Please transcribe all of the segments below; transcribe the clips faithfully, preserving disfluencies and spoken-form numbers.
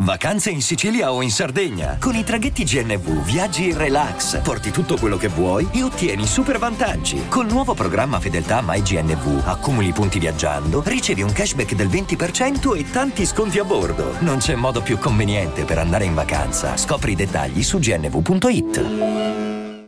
Vacanze in Sicilia o in Sardegna. Con i traghetti G N V viaggi in relax, porti tutto quello che vuoi e ottieni super vantaggi. Col nuovo programma Fedeltà MyGNV accumuli punti viaggiando, ricevi un cashback del venti per cento e tanti sconti a bordo. Non c'è modo più conveniente per andare in vacanza. Scopri i dettagli su g n v punto i t.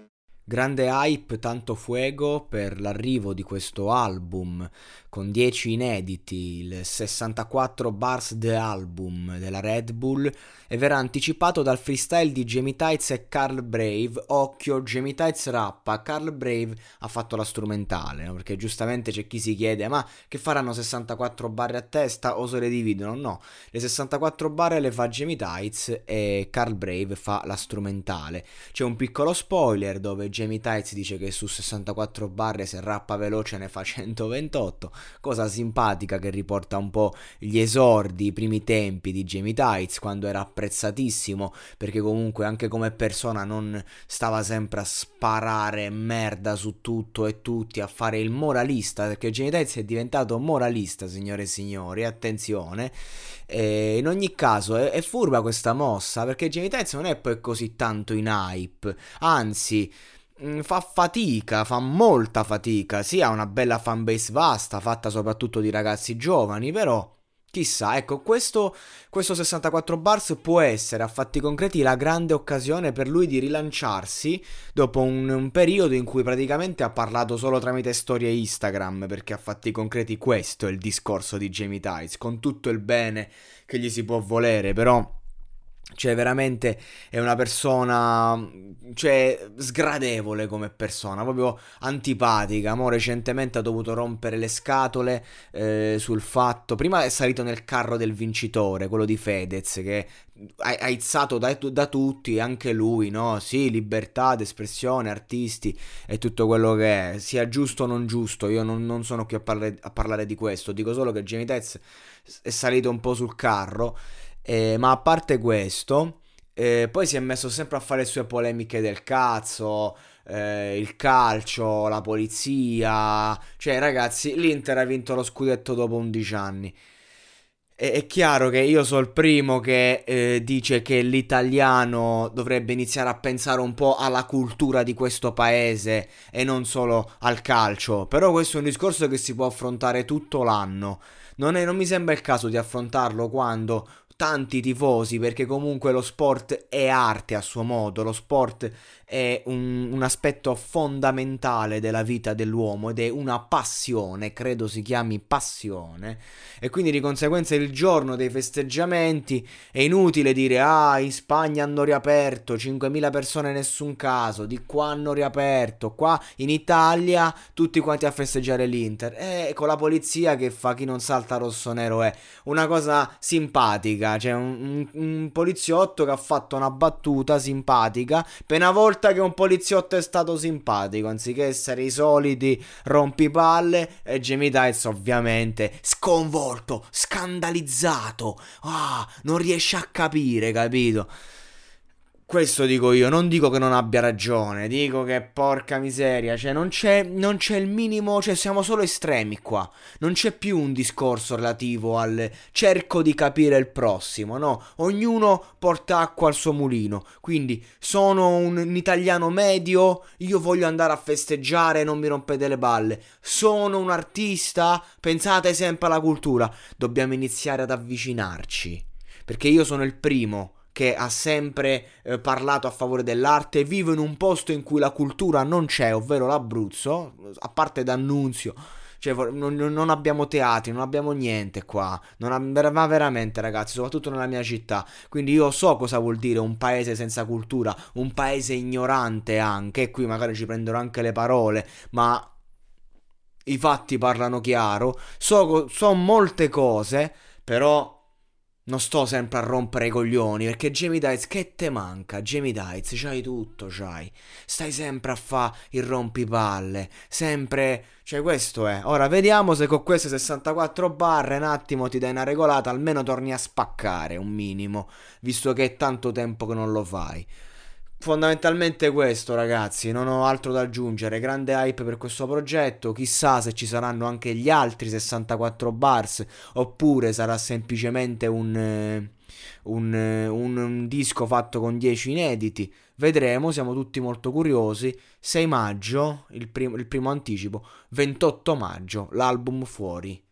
Grande hype, tanto fuego per l'arrivo di questo album con dieci inediti, il sessantaquattro Bars The Album della Red Bull, e verrà anticipato dal freestyle di Jamie Tights e Carl Brave. Occhio, Jamie Tights rappa, Carl Brave ha fatto la strumentale, no? Perché giustamente c'è chi si chiede: ma che faranno sessantaquattro barre a testa o se le dividono? No, le sessantaquattro barre le fa Jamie Tights e Carl Brave fa la strumentale. C'è un piccolo spoiler dove Jamie Tights dice che su sessantaquattro barre se rappa veloce ne fa centoventotto, cosa simpatica che riporta un po' gli esordi, i primi tempi di Jamie Tights, quando era apprezzatissimo, perché comunque anche come persona non stava sempre a sparare merda su tutto e tutti, a fare il moralista, perché Jamie Tights è diventato moralista, signore e signori, attenzione. E in ogni caso è, è furba questa mossa, perché Jamie Tights non è poi così tanto in hype, anzi fa fatica, fa molta fatica. Sì, ha una bella fanbase vasta, fatta soprattutto di ragazzi giovani, però chissà, ecco, questo, questo sessantaquattro bars può essere a fatti concreti la grande occasione per lui di rilanciarsi dopo un, un periodo in cui praticamente ha parlato solo tramite storie Instagram, perché a fatti concreti questo è il discorso di Jamie Tights, con tutto il bene che gli si può volere, però cioè veramente è una persona, cioè sgradevole come persona, proprio antipatica. Mo recentemente ha dovuto rompere le scatole eh, sul fatto, prima è salito nel carro del vincitore, quello di Fedez, che ha aizzato da, da tutti, anche lui, no? Sì, libertà d'espressione, artisti e tutto quello che è, sia giusto o non giusto, io non, non sono qui a, parla- a parlare di questo, dico solo che Jamie Tights è salito un po' sul carro. Eh, ma a parte questo, eh, poi si è messo sempre a fare le sue polemiche del cazzo, eh, il calcio, la polizia. Cioè, ragazzi, l'Inter ha vinto lo scudetto dopo undici anni. E- È chiaro che io sono il primo che eh, dice che l'italiano dovrebbe iniziare a pensare un po' alla cultura di questo paese e non solo al calcio. Però questo è un discorso che si può affrontare tutto l'anno. Non è- non mi sembra il caso di affrontarlo quando tanti tifosi, perché comunque lo sport è arte a suo modo, lo sport è un, un aspetto fondamentale della vita dell'uomo ed è una passione, credo si chiami passione, e quindi di conseguenza il giorno dei festeggiamenti è inutile dire: ah, in Spagna hanno riaperto, cinquemila persone nessun caso, di qua hanno riaperto, qua in Italia tutti quanti a festeggiare l'Inter, e con la polizia che fa chi non salta rosso nero. È una cosa simpatica. C'è un, un, un poliziotto che ha fatto una battuta simpatica per una volta che un poliziotto è stato simpatico, anziché essere i soliti rompipalle. E Jamie Tights ovviamente sconvolto, scandalizzato, ah, non riesce a capire, capito? Questo dico io, non dico che non abbia ragione, dico che porca miseria, cioè non c'è, non c'è il minimo, cioè siamo solo estremi qua, non c'è più un discorso relativo al cerco di capire il prossimo, no? Ognuno porta acqua al suo mulino, quindi sono un, un italiano medio, io voglio andare a festeggiare, non mi rompete le balle, sono un artista, pensate sempre alla cultura, dobbiamo iniziare ad avvicinarci, perché io sono il primo che ha sempre eh, parlato a favore dell'arte, vivo in un posto in cui la cultura non c'è, ovvero l'Abruzzo, a parte D'Annunzio, cioè non, non abbiamo teatri, non abbiamo niente qua, non ha, ma veramente ragazzi, soprattutto nella mia città, quindi io so cosa vuol dire un paese senza cultura, un paese ignorante anche, e qui magari ci prenderò anche le parole, ma i fatti parlano chiaro, so, so molte cose, però non sto sempre a rompere i coglioni, perché Jamie Tights, che te manca? Jamie Tights, c'hai tutto, c'hai. Stai sempre a fa il rompipalle, sempre, cioè questo è. Ora vediamo se con queste sessantaquattro barre un attimo ti dai una regolata, almeno torni a spaccare un minimo, visto che è tanto tempo che non lo fai. Fondamentalmente questo, ragazzi, non ho altro da aggiungere. Grande hype per questo progetto. Chissà se ci saranno anche gli altri sessantaquattro bars, oppure sarà semplicemente un, eh, un, eh, un- un disco fatto con dieci inediti. Vedremo, siamo tutti molto curiosi. sei maggio, il, prim- il primo anticipo. ventotto maggio, l'album fuori.